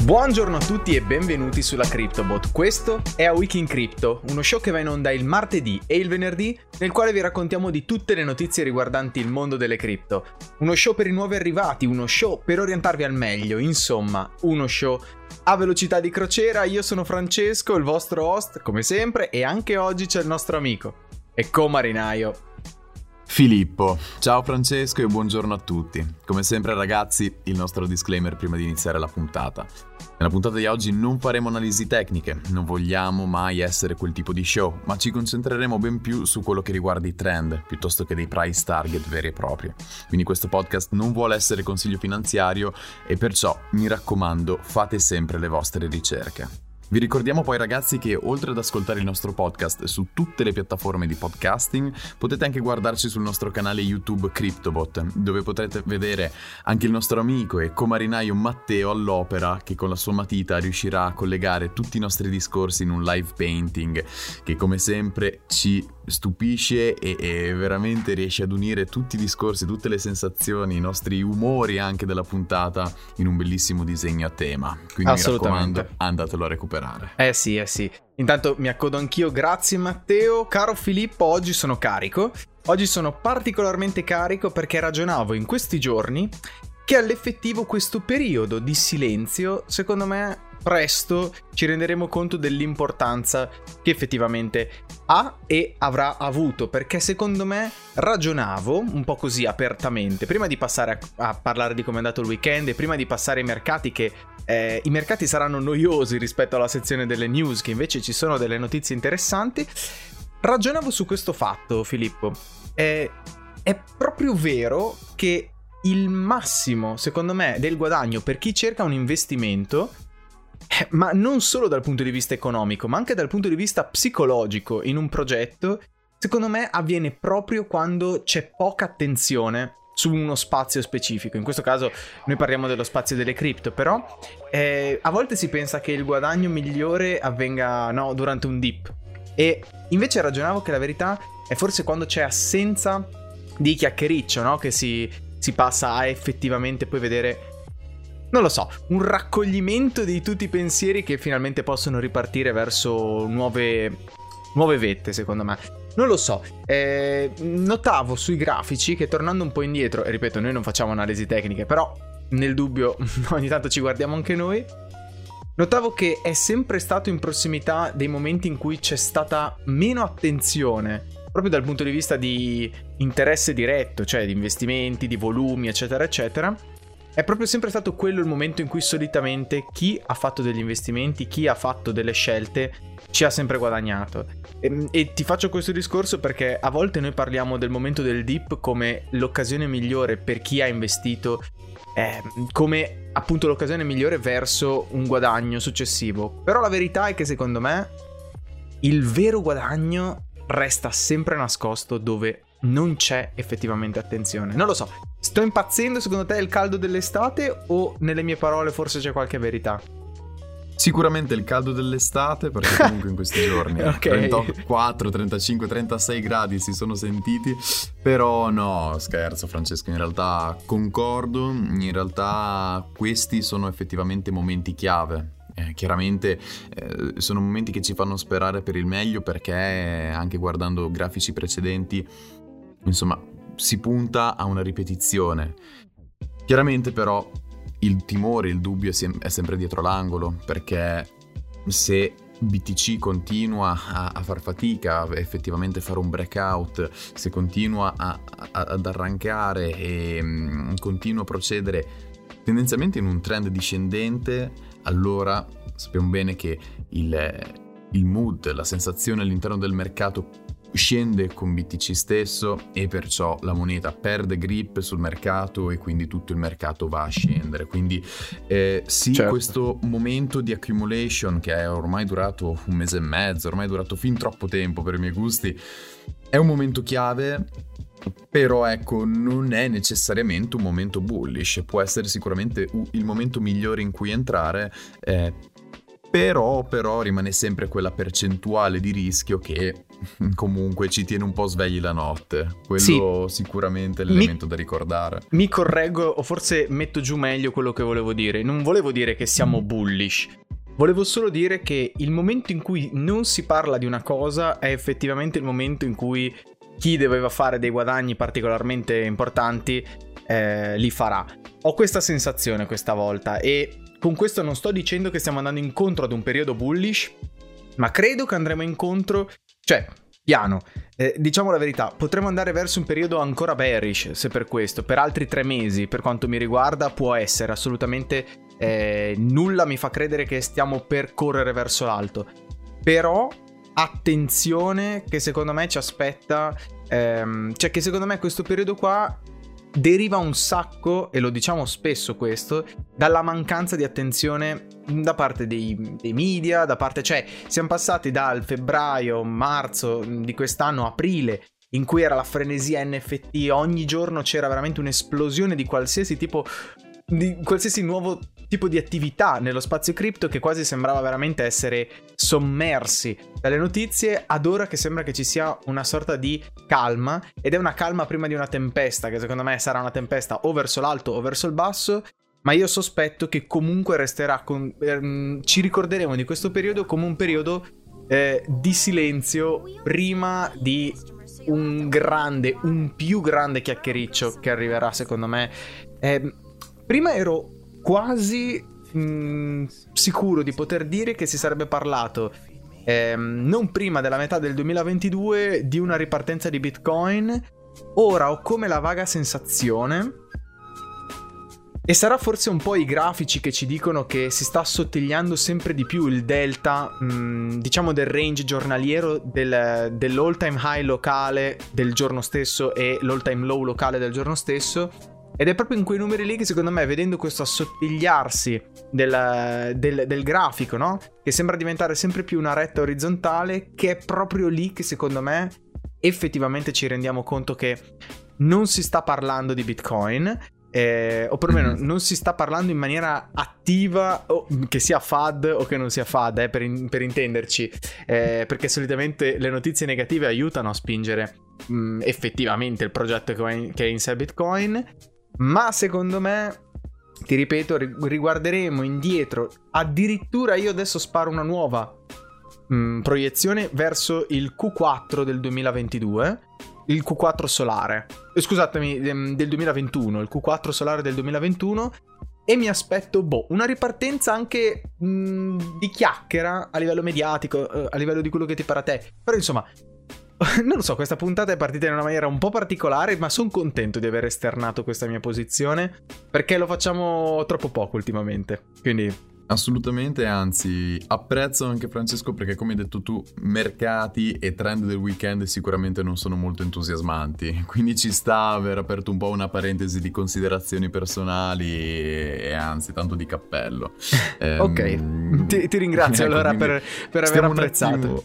Buongiorno a tutti e benvenuti sulla CryptoBot. Questo è A Week in Crypto, uno show che va in onda il martedì e il venerdì, nel quale vi raccontiamo di tutte le notizie riguardanti il mondo delle cripto. Uno show per i nuovi arrivati, uno show per orientarvi al meglio, insomma, uno show a velocità di crociera. Io sono Francesco, il vostro host, come sempre, e anche oggi c'è il nostro amico e co-marinaio Filippo. Ciao Francesco e buongiorno a tutti. Come sempre ragazzi, il nostro disclaimer prima di iniziare la puntata. Nella puntata di oggi non faremo analisi tecniche, non vogliamo mai essere quel tipo di show, ma ci concentreremo ben più su quello che riguarda i trend, piuttosto che dei price target veri e propri. Quindi questo podcast non vuole essere consiglio finanziario e perciò, mi raccomando, fate sempre le vostre ricerche. Vi ricordiamo poi ragazzi che oltre ad ascoltare il nostro podcast su tutte le piattaforme di podcasting, potete anche guardarci sul nostro canale YouTube CryptoBot, dove potrete vedere anche il nostro amico e comarinaio Matteo all'opera, che con la sua matita riuscirà a collegare tutti i nostri discorsi in un live painting, che come sempre ci stupisce e veramente riesce ad unire tutti i discorsi, tutte le sensazioni, i nostri umori anche della puntata in un bellissimo disegno a tema. Quindi mi raccomando, andatelo a recuperare. Sì. Intanto mi accodo anch'io, grazie Matteo. Caro Filippo, oggi sono carico. Oggi sono particolarmente carico perché ragionavo in questi giorni che all'effettivo questo periodo di silenzio, secondo me, presto ci renderemo conto dell'importanza che effettivamente ha e avrà avuto, perché secondo me ragionavo un po' così apertamente prima di passare a parlare di come è andato il weekend e prima di passare ai mercati, che i mercati saranno noiosi rispetto alla sezione delle news, che invece ci sono delle notizie interessanti. Ragionavo su questo fatto, Filippo. È proprio vero che il massimo, secondo me, del guadagno per chi cerca un investimento, ma non solo dal punto di vista economico, ma anche dal punto di vista psicologico in un progetto, secondo me avviene proprio quando c'è poca attenzione su uno spazio specifico. In questo caso noi parliamo dello spazio delle cripto, però a volte si pensa che il guadagno migliore avvenga durante un dip, e invece ragionavo che la verità è forse quando c'è assenza di chiacchiericcio, no? Che si passa a effettivamente poi vedere, non lo so, un raccoglimento di tutti i pensieri che finalmente possono ripartire verso nuove vette, secondo me. Non lo so, notavo sui grafici che, tornando un po' indietro, e ripeto, noi non facciamo analisi tecniche, però nel dubbio ogni tanto ci guardiamo anche noi, notavo che è sempre stato in prossimità dei momenti in cui c'è stata meno attenzione, proprio dal punto di vista di interesse diretto, cioè di investimenti, di volumi, eccetera, eccetera. È proprio sempre stato quello il momento in cui solitamente chi ha fatto degli investimenti, chi ha fatto delle scelte, ci ha sempre guadagnato. E ti faccio questo discorso perché a volte noi parliamo del momento del dip come l'occasione migliore per chi ha investito, come appunto l'occasione migliore verso un guadagno successivo. Però la verità è che secondo me il vero guadagno resta sempre nascosto dove non c'è effettivamente attenzione. Non lo so, sto impazzendo? Secondo te è il caldo dell'estate o nelle mie parole forse c'è qualche verità? Sicuramente il caldo dell'estate, perché comunque in questi giorni okay. 34, 35, 36 gradi si sono sentiti. Però no, scherzo Francesco, in realtà concordo. In realtà questi sono effettivamente momenti chiave. Chiaramente sono momenti che ci fanno sperare per il meglio, perché anche guardando grafici precedenti, insomma, si punta a una ripetizione. Chiaramente però il timore, il dubbio è sempre dietro l'angolo, perché se BTC continua a far fatica a effettivamente fare un breakout, se continua ad arrancare e continua a procedere tendenzialmente in un trend discendente, allora sappiamo bene che il mood, la sensazione all'interno del mercato scende con BTC stesso, e perciò la moneta perde grip sul mercato e quindi tutto il mercato va a scendere. Quindi certo, questo momento di accumulation, che è ormai durato un mese e mezzo, ormai è durato fin troppo tempo per i miei gusti, è un momento chiave. Però ecco, non è necessariamente un momento bullish, può essere sicuramente il momento migliore in cui entrare, Però rimane sempre quella percentuale di rischio che comunque ci tiene un po' svegli la notte. Quello sicuramente è l'elemento da ricordare. Mi correggo, o forse metto giù meglio quello che volevo dire. Non volevo dire che siamo bullish. Volevo solo dire che il momento in cui non si parla di una cosa è effettivamente il momento in cui chi doveva fare dei guadagni particolarmente importanti li farà. Ho questa sensazione questa volta, e con questo non sto dicendo che stiamo andando incontro ad un periodo bullish, ma credo che andremo incontro, cioè, piano, diciamo la verità, potremmo andare verso un periodo ancora bearish, se per questo, per altri 3 mesi, per quanto mi riguarda, può essere assolutamente, nulla mi fa credere che stiamo per correre verso l'alto. Però attenzione, che secondo me ci aspetta, cioè che secondo me questo periodo qua deriva un sacco, e lo diciamo spesso questo, dalla mancanza di attenzione da parte dei media, da parte, cioè siamo passati dal febbraio, marzo di quest'anno, aprile, in cui era la frenesia NFT, ogni giorno c'era veramente un'esplosione di qualsiasi tipo, di qualsiasi nuovo tipo di attività nello spazio cripto, che quasi sembrava veramente essere sommersi dalle notizie, ad ora che sembra che ci sia una sorta di calma, ed è una calma prima di una tempesta, che secondo me sarà una tempesta o verso l'alto o verso il basso, ma io sospetto che comunque resterà ci ricorderemo di questo periodo come un periodo di silenzio prima di un più grande chiacchiericcio che arriverà, secondo me. Prima ero quasi sicuro di poter dire che si sarebbe parlato non prima della metà del 2022 di una ripartenza di Bitcoin. Ora ho come la vaga sensazione, e sarà forse un po' i grafici che ci dicono che si sta assottigliando sempre di più il delta, diciamo del range giornaliero dell'all time high locale del giorno stesso e l'all time low locale del giorno stesso. Ed è proprio in quei numeri lì che secondo me, vedendo questo assottigliarsi del grafico, no? Che sembra diventare sempre più una retta orizzontale, che è proprio lì che secondo me effettivamente ci rendiamo conto che non si sta parlando di Bitcoin, o perlomeno non si sta parlando in maniera attiva, o che sia FUD o che non sia FUD, per intenderci, perché solitamente le notizie negative aiutano a spingere effettivamente il progetto che è in sé Bitcoin. Ma secondo me, ti ripeto, riguarderemo indietro. Addirittura io adesso sparo una nuova proiezione verso il Q4 del 2022, il Q4 solare, scusatemi, del 2021, il Q4 solare del 2021, e mi aspetto una ripartenza anche di chiacchiera a livello mediatico, a livello di quello che ti pare a te. Però insomma, non lo so, questa puntata è partita in una maniera un po' particolare, ma sono contento di aver esternato questa mia posizione, perché lo facciamo troppo poco ultimamente, quindi... Assolutamente, anzi apprezzo anche, Francesco, perché come hai detto tu, mercati e trend del weekend sicuramente non sono molto entusiasmanti, quindi ci sta aver aperto un po' una parentesi di considerazioni personali e anzi tanto di cappello. Ok, ti ringrazio allora per aver apprezzato.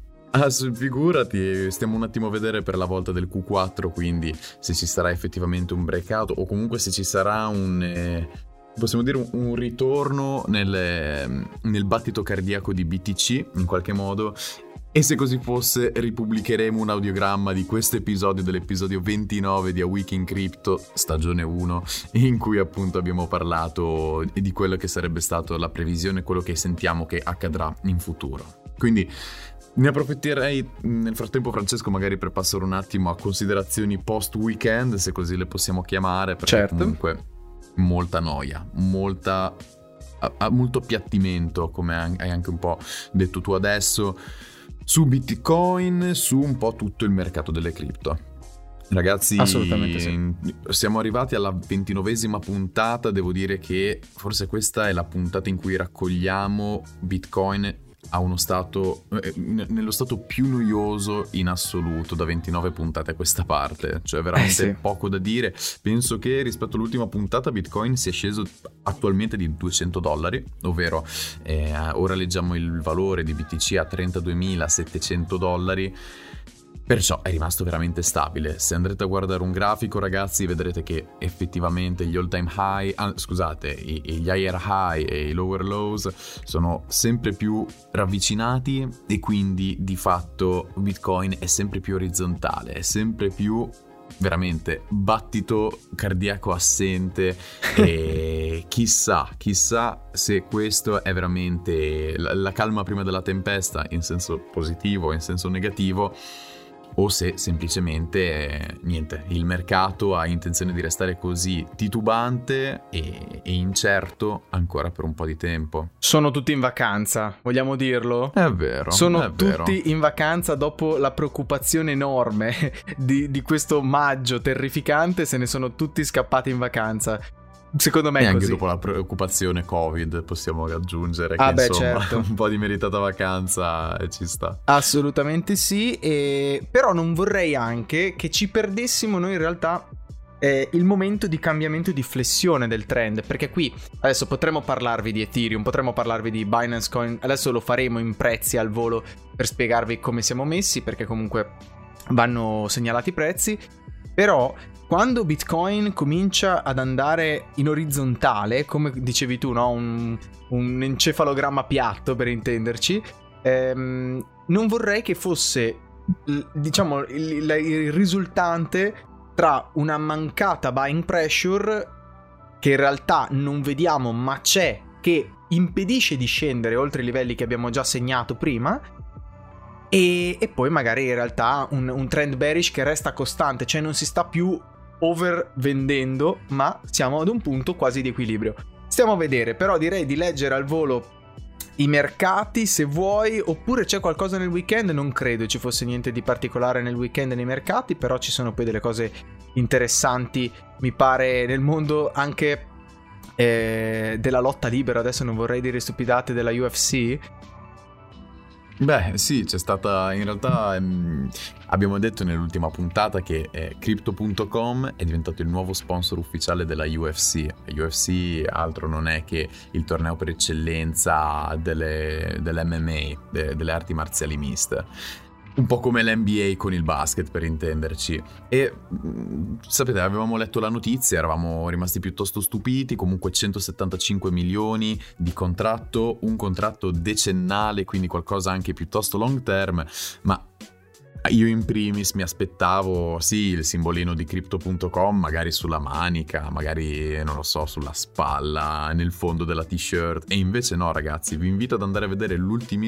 Figurati, stiamo un attimo a vedere per la volta del Q4, quindi se ci sarà effettivamente un breakout o comunque se ci sarà possiamo dire un ritorno nel battito cardiaco di BTC in qualche modo, e se così fosse ripubblicheremo un audiogramma di questo episodio, dell'episodio 29 di A Week in Crypto stagione 1, in cui appunto abbiamo parlato di quello che sarebbe stato la previsione, quello che sentiamo che accadrà in futuro. Quindi ne approfitterei nel frattempo, Francesco, magari per passare un attimo a considerazioni post weekend, se così le possiamo chiamare, perché certo. Comunque molta noia, molto appiattimento, come hai anche un po' detto tu adesso, su Bitcoin, su un po' tutto il mercato delle cripto. Ragazzi, assolutamente sì. Siamo arrivati alla 29esima puntata, devo dire che forse questa è la puntata in cui raccogliamo Bitcoin a uno stato, nello stato più noioso in assoluto da 29 puntate a questa parte, cioè veramente sì. Poco da dire. Penso che rispetto all'ultima puntata Bitcoin sia sceso attualmente di $200, ovvero ora leggiamo il valore di BTC a $32.700. Perciò è rimasto veramente stabile. Se andrete a guardare un grafico, ragazzi, vedrete che effettivamente gli all time high, gli higher high e i lower lows sono sempre più ravvicinati, e quindi di fatto Bitcoin è sempre più orizzontale, è sempre più veramente battito cardiaco assente. E chissà se questo è veramente la calma prima della tempesta, in senso positivo o in senso negativo, o se semplicemente niente, il mercato ha intenzione di restare così titubante e incerto ancora per un po' di tempo. Sono tutti in vacanza, vogliamo dirlo? È vero. Sono tutti in vacanza dopo la preoccupazione enorme di questo maggio terrificante, se ne sono tutti scappati in vacanza. Secondo me è e anche così. Dopo la preoccupazione Covid possiamo aggiungere che insomma certo. un po' di meritata vacanza ci sta. Assolutamente sì, però non vorrei anche che ci perdessimo noi in realtà il momento di cambiamento e di flessione del trend, perché qui adesso potremmo parlarvi di Ethereum, potremmo parlarvi di Binance Coin, adesso lo faremo in prezzi al volo per spiegarvi come siamo messi, perché comunque vanno segnalati i prezzi, però quando Bitcoin comincia ad andare in orizzontale, come dicevi tu, no? Un encefalogramma piatto per intenderci, non vorrei che fosse, diciamo, il risultante tra una mancata buying pressure che in realtà non vediamo ma c'è, che impedisce di scendere oltre i livelli che abbiamo già segnato prima, e poi magari in realtà un trend bearish che resta costante, cioè non si sta più overvendendo, ma siamo ad un punto quasi di equilibrio. Stiamo a vedere, però direi di leggere al volo i mercati se vuoi, oppure c'è qualcosa nel weekend. Non credo ci fosse niente di particolare nel weekend nei mercati, però ci sono poi delle cose interessanti, mi pare, nel mondo anche della lotta libera. Adesso non vorrei dire stupidate, della UFC. Beh sì, c'è stata in realtà, abbiamo detto nell'ultima puntata che Crypto.com è diventato il nuovo sponsor ufficiale della UFC. UFC altro non è che il torneo per eccellenza dell'MMA, delle arti marziali miste. Un po' come l'NBA con il basket, per intenderci. E sapete, avevamo letto la notizia, eravamo rimasti piuttosto stupiti. Comunque 175 milioni di contratto, un contratto decennale, quindi qualcosa anche piuttosto long term. Ma io in primis mi aspettavo, sì, il simbolino di Crypto.com, magari sulla manica, magari, non lo so, sulla spalla, nel fondo della t-shirt. E invece no, ragazzi, vi invito ad andare a vedere gli ultimi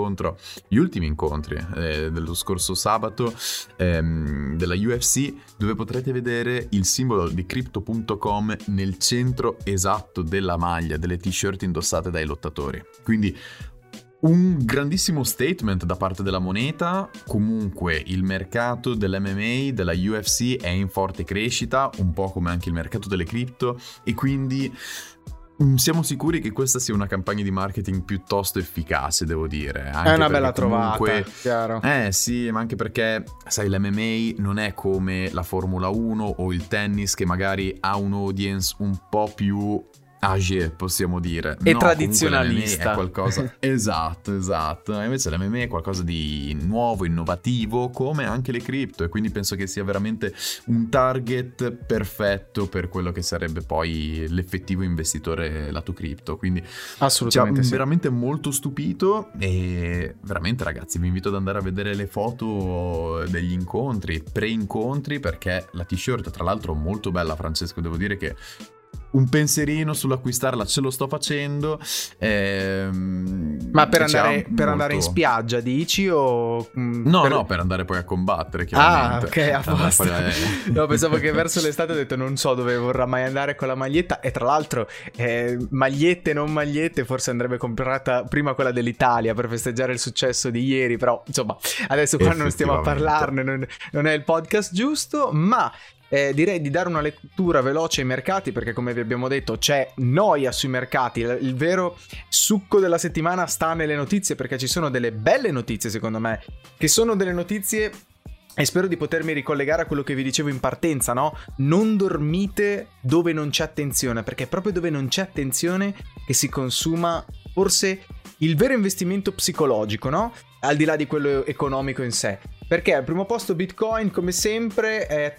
incontri dello scorso sabato della UFC, dove potrete vedere il simbolo di Crypto.com nel centro esatto della maglia, delle t-shirt indossate dai lottatori. Quindi un grandissimo statement da parte della moneta. Comunque il mercato dell'MMA, della UFC è in forte crescita, un po' come anche il mercato delle cripto, e quindi siamo sicuri che questa sia una campagna di marketing piuttosto efficace, devo dire. Anche è una bella comunque, trovata, chiaro. Sì, ma anche perché, sai, l'MMA non è come la Formula 1 o il tennis, che magari ha un audience un po' più âgé, possiamo dire, e no, tradizionalista. È qualcosa esatto. Invece l'MMA è qualcosa di nuovo, innovativo, come anche le cripto, e quindi penso che sia veramente un target perfetto per quello che sarebbe poi l'effettivo investitore lato cripto. Quindi assolutamente sì. Veramente molto stupito, e veramente, ragazzi, vi invito ad andare a vedere le foto degli incontri, pre-incontri, perché la t-shirt, tra l'altro, molto bella, Francesco, devo dire che un pensierino sull'acquistarla ce lo sto facendo. Ma per andare in spiaggia, dici? O no, per andare poi a combattere, chiaramente. Ah, ok, a posto. No, pensavo che verso l'estate ho detto non so dove vorrà mai andare con la maglietta. E tra l'altro magliette non magliette, forse andrebbe comprata prima quella dell'Italia per festeggiare il successo di ieri. Però insomma, adesso qua non stiamo a parlarne, non è il podcast giusto. Ma direi di dare una lettura veloce ai mercati, perché come vi abbiamo detto c'è noia sui mercati. Il vero succo della settimana sta nelle notizie, perché ci sono delle belle notizie, secondo me, che sono delle notizie, e spero di potermi ricollegare a quello che vi dicevo in partenza, no? Non dormite dove non c'è attenzione, perché è proprio dove non c'è attenzione che si consuma forse il vero investimento psicologico, no? Al di là di quello economico in sé. Perché al primo posto Bitcoin, come sempre, è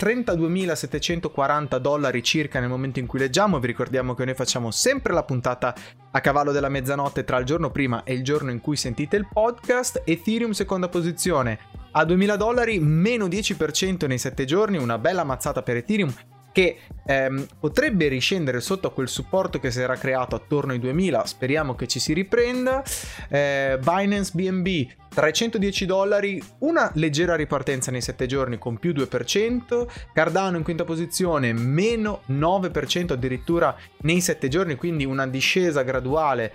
$32.740 circa nel momento in cui leggiamo. Vi ricordiamo che noi facciamo sempre la puntata a cavallo della mezzanotte tra il giorno prima e il giorno in cui sentite il podcast. Ethereum seconda posizione a $2.000, meno 10% nei 7 giorni, una bella mazzata per Ethereum, che potrebbe riscendere sotto a quel supporto che si era creato attorno ai 2000. Speriamo che ci si riprenda. Binance BNB $310, una leggera ripartenza nei 7 giorni con più 2%. Cardano in quinta posizione, meno 9% addirittura nei 7 giorni, quindi una discesa graduale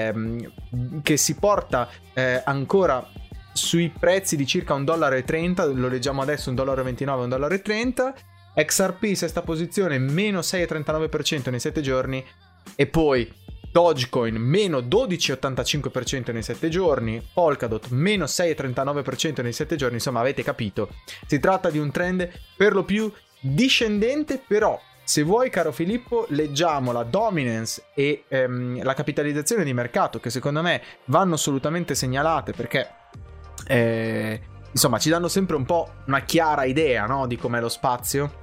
che si porta ancora sui prezzi di circa $1,30, lo leggiamo adesso, $1,29, $1,30. XRP sesta posizione, meno 6,39% nei 7 giorni. E poi Dogecoin meno 12,85% nei 7 giorni, Polkadot meno 6,39% nei 7 giorni. Insomma, avete capito, si tratta di un trend per lo più discendente. Però se vuoi, caro Filippo, leggiamo la dominance e la capitalizzazione di mercato, che secondo me vanno assolutamente segnalate, perché insomma ci danno sempre un po' una chiara idea, no, di com'è lo spazio.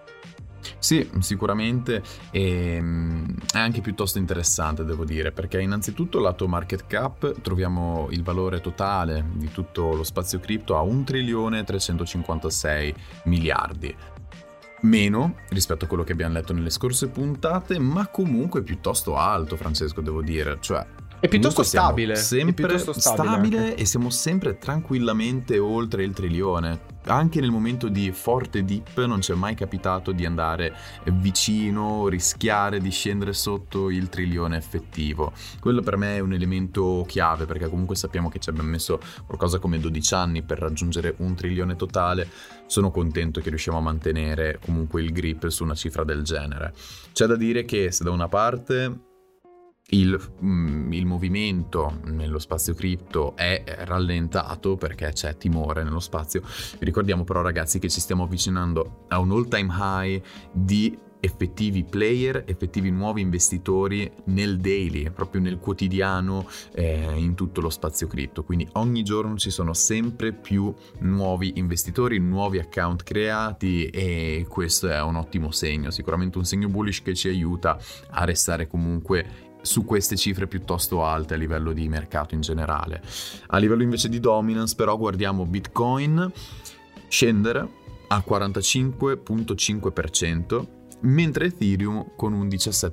Sì, sicuramente è anche piuttosto interessante, devo dire, perché innanzitutto lato market cap troviamo il valore totale di tutto lo spazio cripto a 1.356 miliardi, meno rispetto a quello che abbiamo letto nelle scorse puntate, ma comunque piuttosto alto, Francesco, devo dire, cioè è piuttosto stabile, sempre stabile e siamo sempre tranquillamente oltre il trilione. Anche nel momento di forte dip non ci è mai capitato di andare vicino, rischiare di scendere sotto il trilione effettivo. Quello per me è un elemento chiave, perché comunque sappiamo che ci abbiamo messo qualcosa come 12 anni per raggiungere un trilione totale. Sono contento che riusciamo a mantenere comunque il grip su una cifra del genere. C'è da dire che se da una parte il movimento nello spazio cripto è rallentato perché c'è timore nello spazio, vi ricordiamo però, ragazzi, che ci stiamo avvicinando a un all time high di effettivi player, effettivi nuovi investitori nel daily, proprio nel quotidiano, in tutto lo spazio cripto. Quindi ogni giorno ci sono sempre più nuovi investitori, nuovi account creati, e questo è un ottimo segno, sicuramente un segno bullish che ci aiuta a restare comunque su queste cifre piuttosto alte a livello di mercato in generale. A livello invece di dominance però guardiamo Bitcoin scendere a 45,5%, mentre Ethereum con un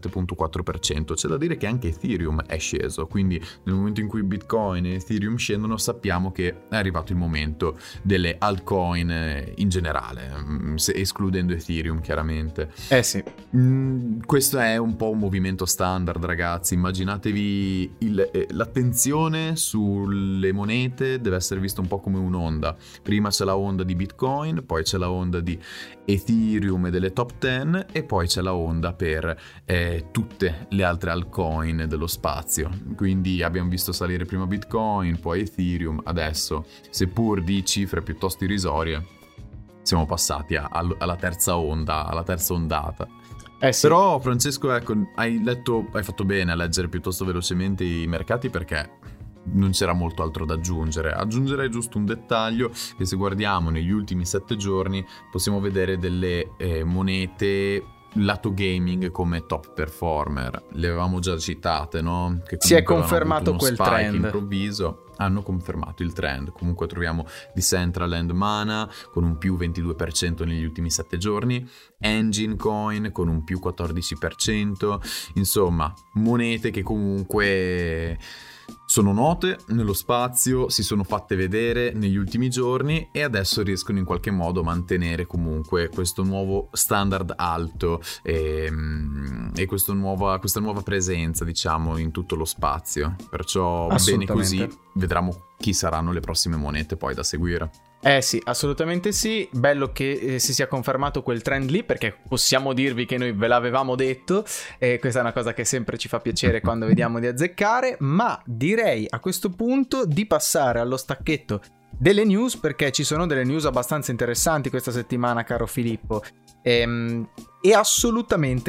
17,4%. C'è da dire che anche Ethereum è sceso, quindi nel momento in cui Bitcoin e Ethereum scendono sappiamo che è arrivato il momento delle altcoin in generale, escludendo Ethereum chiaramente. Sì. Questo è un po' un movimento standard, ragazzi. Immaginatevi l'attenzione sulle monete deve essere vista un po' come un'onda. Prima c'è la onda di Bitcoin, poi c'è la onda di Ethereum e delle top 10, e poi c'è la onda per tutte le altre altcoin dello spazio. Quindi abbiamo visto salire prima Bitcoin, poi Ethereum, adesso, seppur di cifre piuttosto irrisorie, siamo passati alla terza onda, alla terza ondata. Sì. Però, Francesco, ecco, hai fatto bene a leggere piuttosto velocemente i mercati, perché non c'era molto altro da aggiungere. Aggiungerei giusto un dettaglio, che se guardiamo negli ultimi 7 giorni possiamo vedere delle monete lato gaming come top performer. Le avevamo già citate, no? Che si è confermato quel spike trend improvviso. Hanno confermato il trend. Comunque troviamo Decentraland Mana con un più 22% negli ultimi 7 giorni, Engine Coin con un più 14%. Insomma, monete che comunque sono note nello spazio, si sono fatte vedere negli ultimi giorni e adesso riescono in qualche modo a mantenere comunque questo nuovo standard alto e questa nuova presenza, diciamo, in tutto lo spazio. Perciò bene così, vedremo chi saranno le prossime monete poi da seguire. Sì, assolutamente sì. Bello che si sia confermato quel trend lì, perché possiamo dirvi che noi ve l'avevamo detto, e questa è una cosa che sempre ci fa piacere quando vediamo di azzeccare. Ma direi a questo punto di passare allo stacchetto delle news, perché ci sono delle news abbastanza interessanti questa settimana, caro Filippo, e assolutamente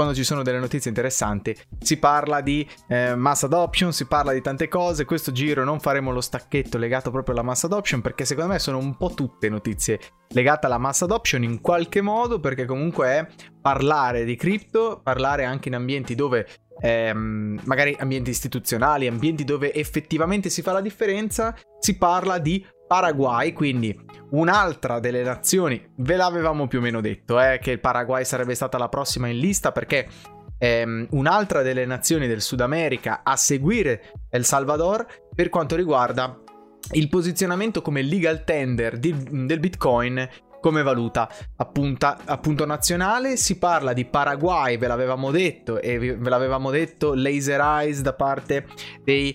quando ci sono delle notizie interessanti si parla di mass adoption, si parla di tante cose. Questo giro non faremo lo stacchetto legato proprio alla mass adoption, perché secondo me sono un po' tutte notizie legate alla mass adoption in qualche modo, perché comunque è parlare di cripto, parlare anche in ambienti dove magari ambienti istituzionali, ambienti dove effettivamente si fa la differenza. Si parla di Paraguay, quindi un'altra delle nazioni, ve l'avevamo più o meno detto, che il Paraguay sarebbe stata la prossima in lista, perché un'altra delle nazioni del Sud America a seguire El Salvador per quanto riguarda il posizionamento come legal tender del Bitcoin come valuta appunto nazionale. Si parla di Paraguay, ve l'avevamo detto, e ve l'avevamo detto laser eyes da parte dei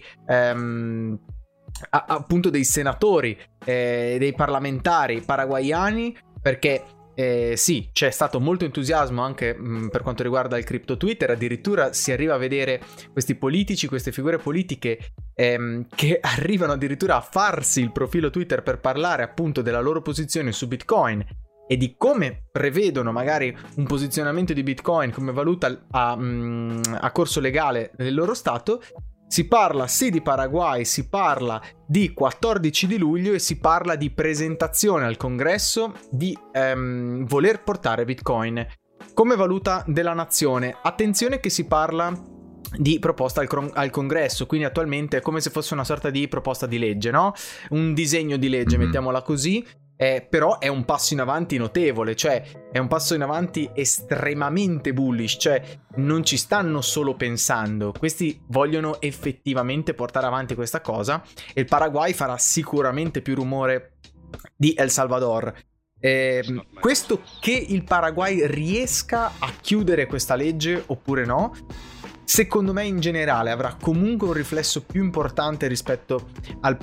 appunto dei senatori, dei parlamentari paraguayani, perché sì, c'è stato molto entusiasmo anche per quanto riguarda il crypto Twitter. Addirittura si arriva a vedere questi politici, queste figure politiche che arrivano addirittura a farsi il profilo Twitter per parlare appunto della loro posizione su Bitcoin e di come prevedono magari un posizionamento di Bitcoin come valuta a corso legale nel loro stato. Si parla sì di Paraguay, si parla di 14 di luglio e si parla di presentazione al congresso di voler portare Bitcoin come valuta della nazione. Attenzione che si parla di proposta al congresso, quindi attualmente è come se fosse una sorta di proposta di legge, no? Un disegno di legge, mettiamola così. Però è un passo in avanti notevole, cioè è un passo in avanti estremamente bullish, cioè non ci stanno solo pensando, questi vogliono effettivamente portare avanti questa cosa, e il Paraguay farà sicuramente più rumore di El Salvador. Questo che il Paraguay riesca a chiudere questa legge oppure no, secondo me in generale avrà comunque un riflesso più importante rispetto ad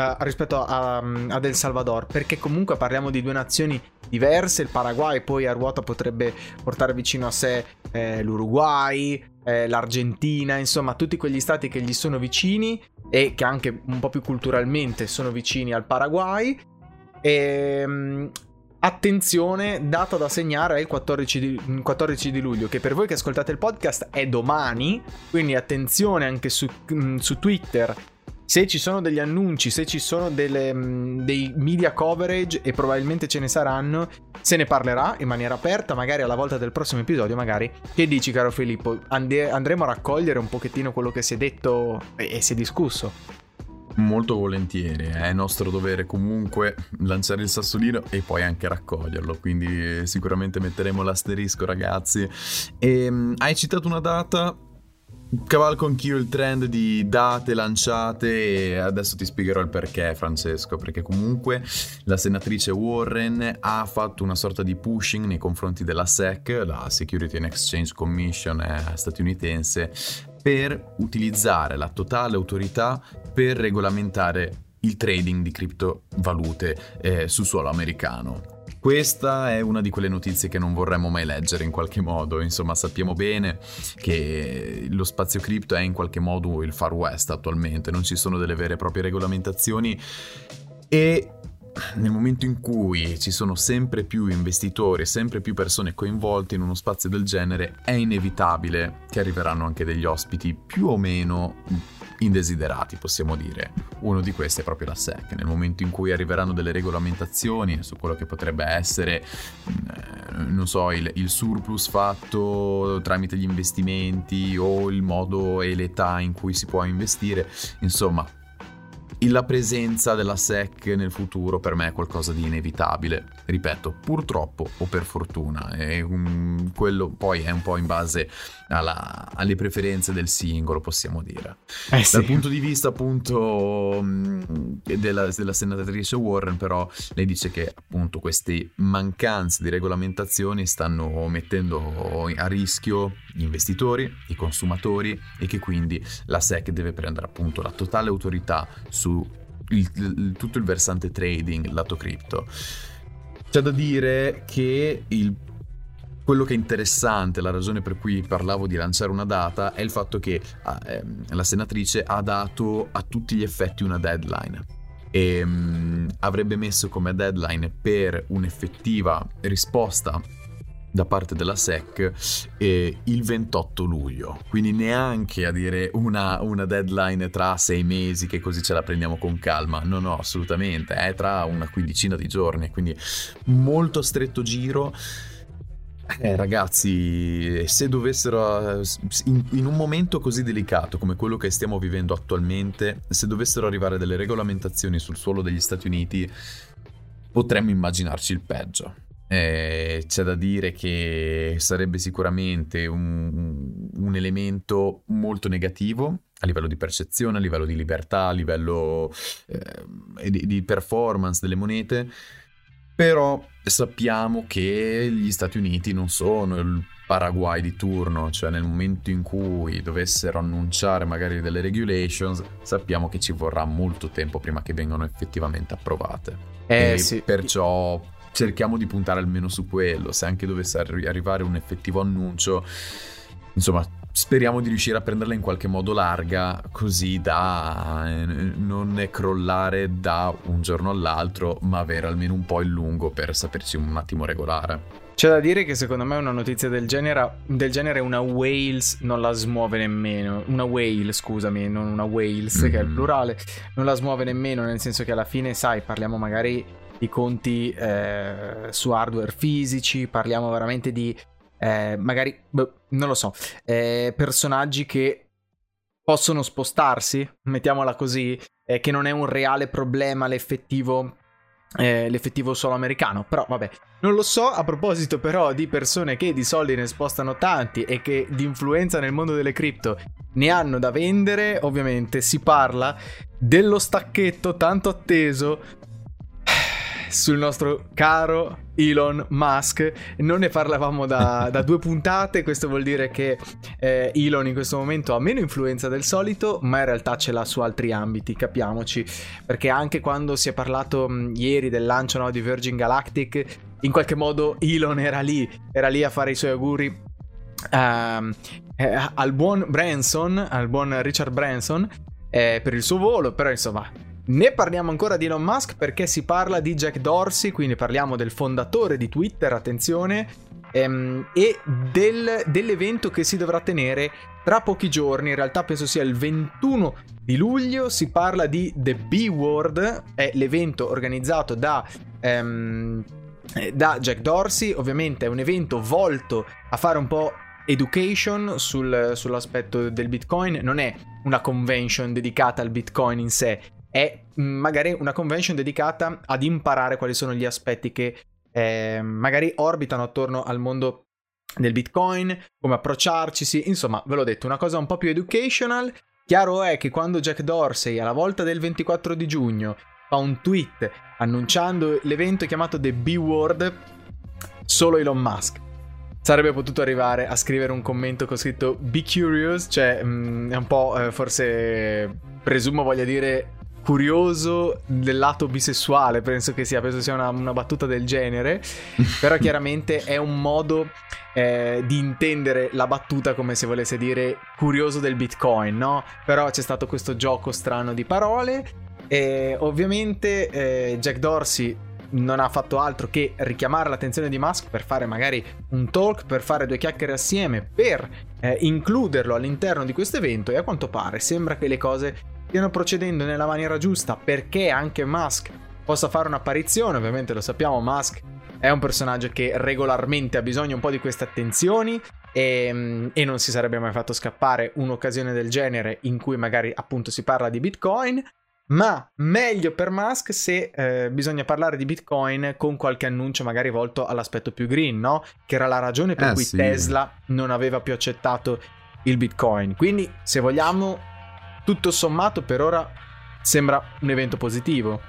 El Salvador, perché comunque parliamo di due nazioni diverse. Il Paraguay poi a ruota potrebbe portare vicino a sé l'Uruguay, l'Argentina, insomma tutti quegli stati che gli sono vicini e che anche un po' più culturalmente sono vicini al Paraguay. Attenzione, data da segnare è il 14 di luglio, che per voi che ascoltate il podcast è domani, quindi attenzione anche su Twitter. Se ci sono degli annunci, se ci sono dei media coverage, e probabilmente ce ne saranno, se ne parlerà in maniera aperta, magari alla volta del prossimo episodio. Magari, che dici caro Filippo? Andremo a raccogliere un pochettino quello che si è detto e si è discusso. Molto volentieri, è nostro dovere comunque lanciare il sassolino e poi anche raccoglierlo, quindi sicuramente metteremo l'asterisco, ragazzi. E hai citato una data, cavalco anch'io il trend di date lanciate e adesso ti spiegherò il perché, Francesco, perché comunque la senatrice Warren ha fatto una sorta di pushing nei confronti della SEC, la Security and Exchange Commission statunitense, per utilizzare la totale autorità per regolamentare il trading di criptovalute su suolo americano. Questa è una di quelle notizie che non vorremmo mai leggere in qualche modo. Insomma, sappiamo bene che lo spazio cripto è in qualche modo il Far West attualmente, non ci sono delle vere e proprie regolamentazioni, e nel momento in cui ci sono sempre più investitori, sempre più persone coinvolte in uno spazio del genere, è inevitabile che arriveranno anche degli ospiti più o meno indesiderati, possiamo dire. Uno di questi è proprio la SEC. Nel momento in cui arriveranno delle regolamentazioni su quello che potrebbe essere, non so, il surplus fatto tramite gli investimenti o il modo e l'età in cui si può investire, insomma, la presenza della SEC nel futuro per me è qualcosa di inevitabile, ripeto, purtroppo o per fortuna, e quello poi è un po' in base alle preferenze del singolo, possiamo dire. Sì. Dal punto di vista appunto della senatrice Warren, però, lei dice che appunto queste mancanze di regolamentazioni stanno mettendo a rischio gli investitori, i consumatori, e che quindi la SEC deve prendere appunto la totale autorità su tutto il versante trading lato cripto. C'è da dire che quello che è interessante, la ragione per cui parlavo di lanciare una data, è il fatto che la senatrice ha dato a tutti gli effetti una deadline e avrebbe messo come deadline per un'effettiva risposta da parte della SEC il 28 luglio, quindi neanche a dire una deadline tra 6 mesi che così ce la prendiamo con calma, no, assolutamente, è tra una quindicina di giorni, quindi molto stretto giro. Ragazzi, se dovessero, in un momento così delicato come quello che stiamo vivendo attualmente, se dovessero arrivare delle regolamentazioni sul suolo degli Stati Uniti, potremmo immaginarci il peggio. C'è da dire che sarebbe sicuramente un elemento molto negativo a livello di percezione, a livello di libertà, a livello di performance delle monete. Però sappiamo che gli Stati Uniti non sono il Paraguay di turno, cioè nel momento in cui dovessero annunciare magari delle regulations, sappiamo che ci vorrà molto tempo prima che vengano effettivamente approvate. Sì. Perciò cerchiamo di puntare almeno su quello. Se anche dovesse arrivare un effettivo annuncio, insomma, speriamo di riuscire a prenderla in qualche modo larga, così da non crollare da un giorno all'altro, ma avere almeno un po' il lungo per saperci un attimo regolare. C'è da dire che secondo me una notizia del genere una Wales non la smuove nemmeno. Una whale, scusami, non una Wales, che è il plurale. Non la smuove nemmeno, nel senso che alla fine, sai, parliamo magari di conti su hardware fisici, parliamo veramente di magari, non lo so, personaggi che possono spostarsi, mettiamola così, che non è un reale problema l'effettivo suolo americano. Però vabbè, non lo so. A proposito però di persone che di soldi ne spostano tanti e che di influenza nel mondo delle cripto ne hanno da vendere, ovviamente si parla dello stacchetto tanto atteso sul nostro caro Elon Musk. Non ne parlavamo da 2 puntate. Questo vuol dire che Elon in questo momento ha meno influenza del solito, ma in realtà ce l'ha su altri ambiti, capiamoci, perché anche quando si è parlato ieri del lancio, no, di Virgin Galactic, in qualche modo Elon era lì a fare i suoi auguri al buon Branson, al buon Richard Branson, per il suo volo. Però insomma, ne parliamo ancora di Elon Musk perché si parla di Jack Dorsey, quindi parliamo del fondatore di Twitter, attenzione, e dell'evento che si dovrà tenere tra pochi giorni. In realtà penso sia il 21 di luglio. Si parla di The B-Word, è l'evento organizzato da Jack Dorsey. Ovviamente è un evento volto a fare un po' education sull'aspetto del Bitcoin. Non è una convention dedicata al Bitcoin in sé, è magari una convention dedicata ad imparare quali sono gli aspetti che magari orbitano attorno al mondo del Bitcoin, come approcciarcisi. Insomma, ve l'ho detto, una cosa un po' più educational. Chiaro è che quando Jack Dorsey alla volta del 24 di giugno fa un tweet annunciando l'evento chiamato The B-Word, solo Elon Musk sarebbe potuto arrivare a scrivere un commento con scritto Be Curious, cioè è un po' forse, presumo voglia dire curioso del lato bisessuale, penso sia una battuta del genere. Però chiaramente è un modo di intendere la battuta come se volesse dire curioso del Bitcoin, no? Però c'è stato questo gioco strano di parole e ovviamente Jack Dorsey non ha fatto altro che richiamare l'attenzione di Musk per fare magari un talk, per fare 2 chiacchiere assieme, per includerlo all'interno di questo evento. E a quanto pare sembra che le cose stiano procedendo nella maniera giusta, perché anche Musk possa fare un'apparizione. Ovviamente lo sappiamo, Musk è un personaggio che regolarmente ha bisogno un po' di queste attenzioni e non si sarebbe mai fatto scappare un'occasione del genere in cui magari appunto si parla di Bitcoin. Ma meglio per Musk se bisogna parlare di Bitcoin con qualche annuncio magari volto all'aspetto più green, no? Che era la ragione per cui Tesla non aveva più accettato il Bitcoin. Quindi, se vogliamo, tutto sommato per ora sembra un evento positivo.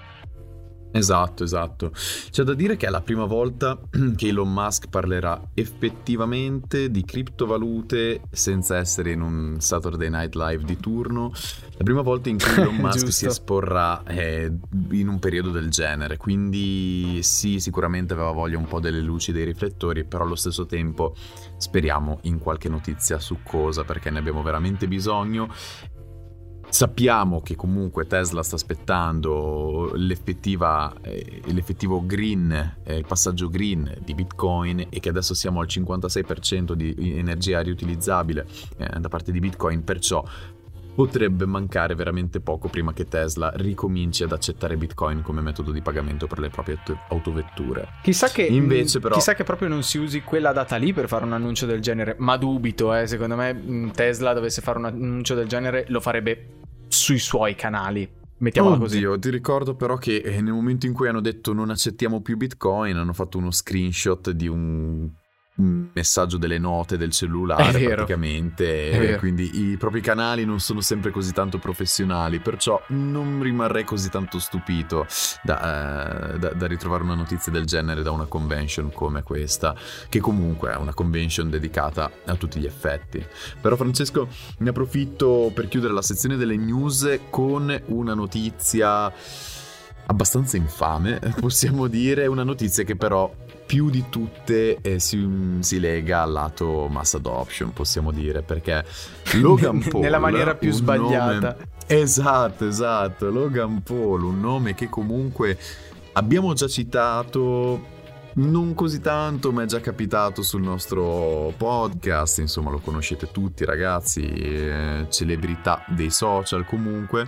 Esatto. C'è da dire che è la prima volta che Elon Musk parlerà effettivamente di criptovalute senza essere in un Saturday Night Live di turno. La prima volta in cui Elon Musk si esporrà in un periodo del genere. Quindi sì, sicuramente aveva voglia un po' delle luci, dei riflettori, però allo stesso tempo speriamo in qualche notizia succosa, perché ne abbiamo veramente bisogno. Sappiamo che comunque Tesla sta aspettando l'effettivo green, il passaggio green di Bitcoin, e che adesso siamo al 56% di energia riutilizzabile da parte di Bitcoin, perciò potrebbe mancare veramente poco prima che Tesla ricominci ad accettare Bitcoin come metodo di pagamento per le proprie autovetture. Chissà che invece però chissà che proprio non si usi quella data lì per fare un annuncio del genere, ma dubito, secondo me Tesla dovesse fare un annuncio del genere lo farebbe sui suoi canali, mettiamola così. Oddio, ti ricordo però che nel momento in cui hanno detto non accettiamo più Bitcoin, hanno fatto uno screenshot di un messaggio delle note del cellulare, praticamente, quindi i propri canali non sono sempre così tanto professionali, perciò non rimarrei così tanto stupito da ritrovare una notizia del genere da una convention come questa, che comunque è una convention dedicata a tutti gli effetti. Però Francesco, ne approfitto per chiudere la sezione delle news con una notizia abbastanza infame, possiamo dire, una notizia che però più di tutte si lega al lato mass adoption, possiamo dire, perché Logan Paul nella maniera più sbagliata. Esatto, Logan Paul, un nome che comunque abbiamo già citato non così tanto, ma è già capitato sul nostro podcast, insomma lo conoscete tutti ragazzi, celebrità dei social comunque.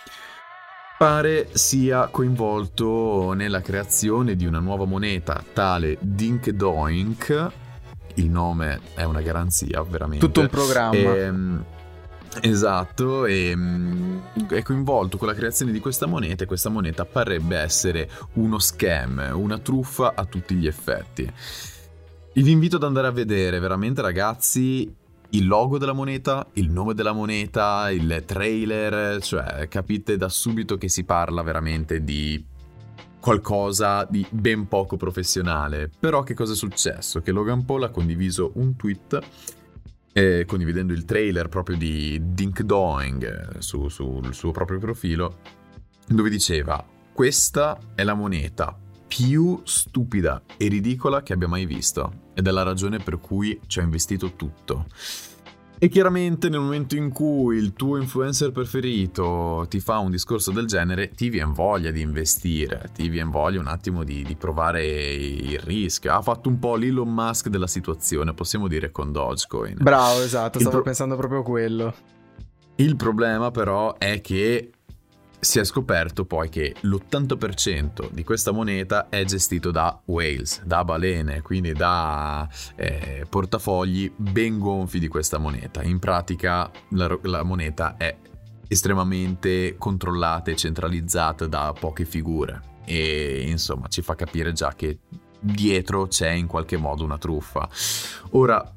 Pare sia coinvolto nella creazione di una nuova moneta tale Dink Doink. Il nome è una garanzia, veramente. Tutto un programma. Esatto, e è coinvolto con la creazione di questa moneta, e questa moneta parrebbe essere uno scam, una truffa a tutti gli effetti. Vi invito ad andare a vedere, veramente ragazzi, il logo della moneta, il nome della moneta, il trailer, cioè capite da subito che si parla veramente di qualcosa di ben poco professionale. Però che cosa è successo? Che Logan Paul ha condiviso un tweet condividendo il trailer proprio di Dink Doing sul suo proprio profilo, dove diceva: questa è la moneta più stupida e ridicola che abbia mai visto, ed è la ragione per cui ci ho investito tutto. E chiaramente nel momento in cui il tuo influencer preferito ti fa un discorso del genere, ti viene voglia di investire, ti viene voglia un attimo di provare il rischio. Ha fatto un po' l'Elon Musk della situazione, possiamo dire, con Dogecoin. Bravo, esatto, stavo pensando proprio a quello. Il problema però è che si è scoperto poi che l'80% di questa moneta è gestito da whales, da balene, quindi da portafogli ben gonfi di questa moneta. In pratica la moneta è estremamente controllata e centralizzata da poche figure, e insomma ci fa capire già che dietro c'è in qualche modo una truffa. Ora,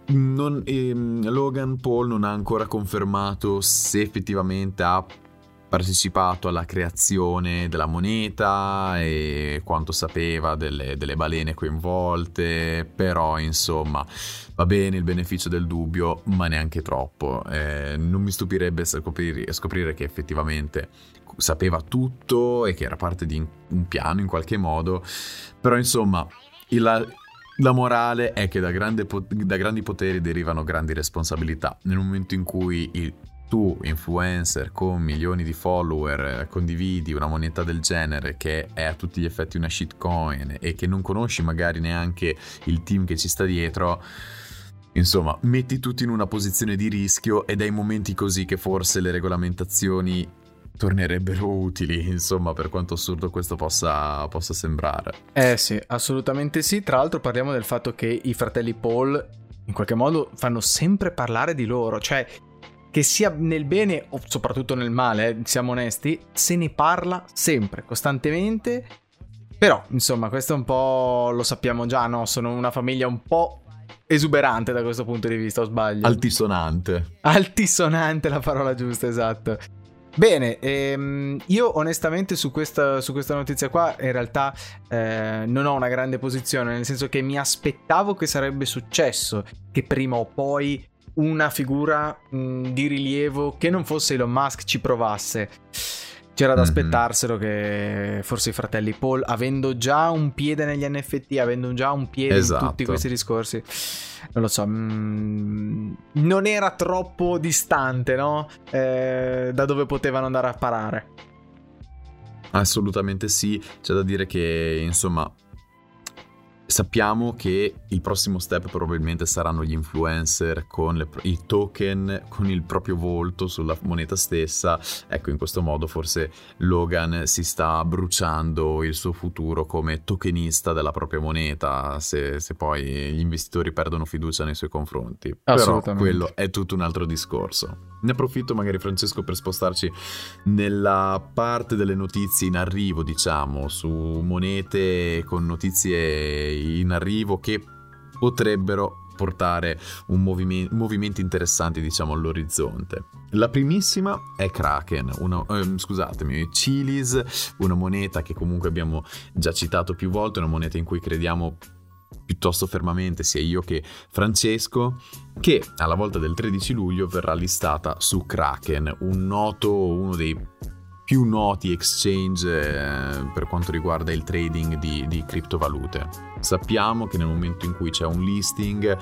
Logan Paul non ha ancora confermato se effettivamente ha partecipato alla creazione della moneta e quanto sapeva delle balene coinvolte, però insomma va bene il beneficio del dubbio, ma neanche troppo. Non mi stupirebbe scoprire che effettivamente sapeva tutto e che era parte di un piano in qualche modo, però insomma la morale è che da grandi poteri derivano grandi responsabilità. Nel momento in cui tu, influencer con milioni di follower, condividi una moneta del genere che è a tutti gli effetti una shitcoin e che non conosci magari neanche il team che ci sta dietro, insomma metti tutti in una posizione di rischio, ed è in momenti così che forse le regolamentazioni tornerebbero utili, insomma, per quanto assurdo questo possa sembrare. Sì, assolutamente sì. Tra l'altro parliamo del fatto che i fratelli Paul in qualche modo fanno sempre parlare di loro, cioè che sia nel bene o soprattutto nel male, siamo onesti, se ne parla sempre, costantemente. Però, insomma, questo è un po', lo sappiamo già, no? Sono una famiglia un po' esuberante da questo punto di vista, o sbaglio? Altisonante, la parola giusta, esatto. Bene, io onestamente su questa notizia qua in realtà non ho una grande posizione, nel senso che mi aspettavo che sarebbe successo, che prima o poi una figura di rilievo che non fosse Elon Musk ci provasse. C'era da aspettarselo che forse i fratelli Paul, avendo già un piede negli NFT, avendo già un piede in tutti questi discorsi, non lo so, non era troppo distante, no? Da dove potevano andare a parare. Assolutamente sì, c'è da dire che insomma sappiamo che il prossimo step probabilmente saranno gli influencer con i token con il proprio volto sulla moneta stessa. Ecco, in questo modo forse Logan si sta bruciando il suo futuro come tokenista della propria moneta, se poi gli investitori perdono fiducia nei suoi confronti. Però quello è tutto un altro discorso. Ne approfitto magari, Francesco, per spostarci nella parte delle notizie in arrivo, diciamo, su monete con notizie in arrivo che potrebbero portare movimenti interessanti, diciamo, all'orizzonte. La primissima è Kraken, Chiliz, una moneta che comunque abbiamo già citato più volte, una moneta in cui crediamo piuttosto fermamente sia io che Francesco, che alla volta del 13 luglio verrà listata su Kraken, uno dei più noti exchange per quanto riguarda il trading di criptovalute. Sappiamo che nel momento in cui c'è un listing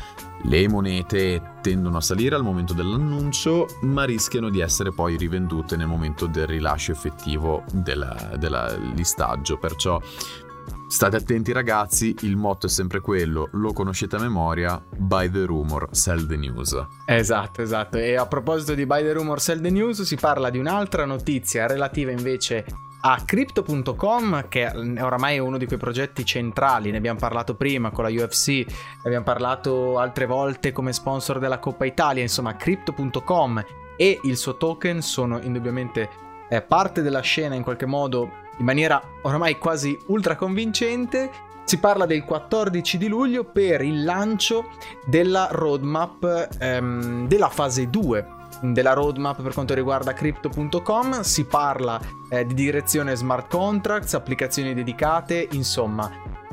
le monete tendono a salire al momento dell'annuncio, ma rischiano di essere poi rivendute nel momento del rilascio effettivo della listaggio. Perciò state attenti ragazzi, il motto è sempre quello, lo conoscete a memoria: buy the rumor, sell the news. Esatto. E a proposito di buy the rumor, sell the news, si parla di un'altra notizia relativa invece a Crypto.com, che oramai è uno di quei progetti centrali. Ne abbiamo parlato prima con la UFC, ne abbiamo parlato altre volte come sponsor della Coppa Italia. Insomma, Crypto.com e il suo token sono indubbiamente parte della scena in qualche modo, in maniera oramai quasi ultra convincente. Si parla del 14 di luglio per il lancio della roadmap della fase 2 della roadmap per quanto riguarda Crypto.com. Si parla di direzione smart contracts, applicazioni dedicate, insomma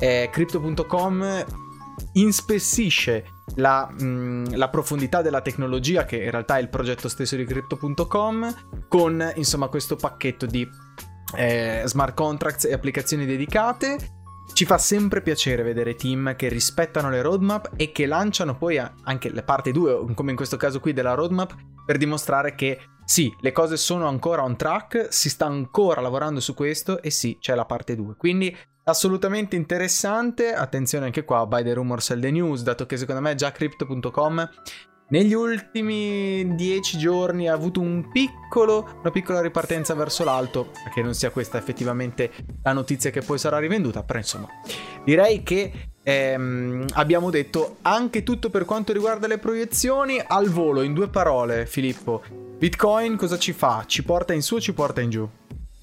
Crypto.com inspessisce la profondità della tecnologia, che in realtà è il progetto stesso di Crypto.com, con insomma questo pacchetto di smart contracts e applicazioni dedicate. Ci fa sempre piacere vedere team che rispettano le roadmap e che lanciano poi anche le parte 2, come in questo caso qui della roadmap, per dimostrare che sì, le cose sono ancora on track, si sta ancora lavorando su questo e sì, c'è la parte 2. Quindi assolutamente interessante. Attenzione anche qua, buy the rumor, sell the news, dato che secondo me già Crypto.com negli ultimi 10 giorni ha avuto una piccola ripartenza verso l'alto, che non sia questa effettivamente la notizia che poi sarà rivenduta, però insomma direi che abbiamo detto anche tutto per quanto riguarda le proiezioni. Al volo, in 2 parole, Filippo, Bitcoin cosa ci fa? Ci porta in su o ci porta in giù?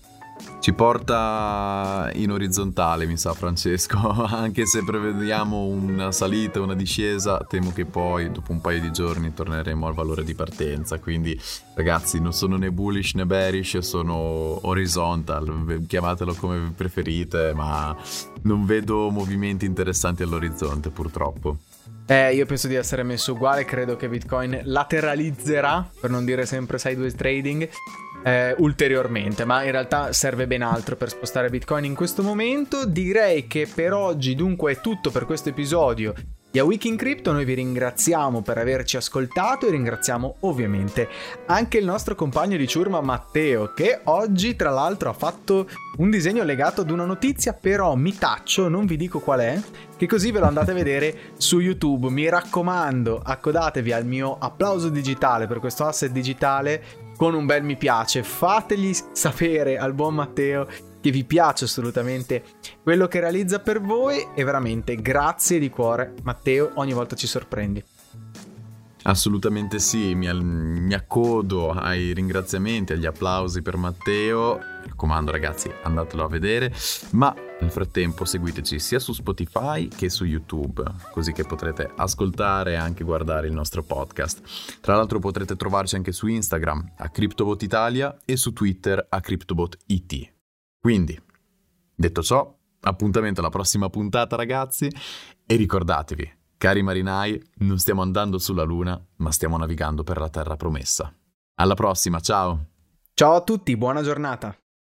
Ci porta in orizzontale, mi sa, Francesco. Anche se prevediamo una salita, una discesa, temo che poi dopo un paio di giorni torneremo al valore di partenza. Quindi ragazzi, non sono né bullish né bearish, sono horizontal, chiamatelo come preferite, ma non vedo movimenti interessanti all'orizzonte purtroppo. Io penso di essere messo uguale, credo che Bitcoin lateralizzerà, per non dire sempre sideways trading, ulteriormente, ma in realtà serve ben altro per spostare Bitcoin in questo momento. Direi che per oggi dunque è tutto per questo episodio di A Week in Crypto. Noi vi ringraziamo per averci ascoltato e ringraziamo ovviamente anche il nostro compagno di ciurma Matteo, che oggi tra l'altro ha fatto un disegno legato ad una notizia, però mi taccio, non vi dico qual è, che così ve lo andate a vedere su YouTube. Mi raccomando, accodatevi al mio applauso digitale per questo asset digitale con un bel mi piace, fategli sapere al buon Matteo che vi piace assolutamente quello che realizza per voi, e veramente grazie di cuore Matteo, ogni volta ci sorprendi. Assolutamente sì, mi accodo ai ringraziamenti, agli applausi per Matteo. Mi raccomando ragazzi, andatelo a vedere, ma nel frattempo seguiteci sia su Spotify che su YouTube, così che potrete ascoltare e anche guardare il nostro podcast. Tra l'altro potrete trovarci anche su Instagram a CryptoBot Italia e su Twitter a CryptoBotIT. Quindi, detto ciò, appuntamento alla prossima puntata ragazzi, e ricordatevi, cari marinai, non stiamo andando sulla Luna, ma stiamo navigando per la terra promessa. Alla prossima, ciao! Ciao! Ciao a tutti, buona giornata.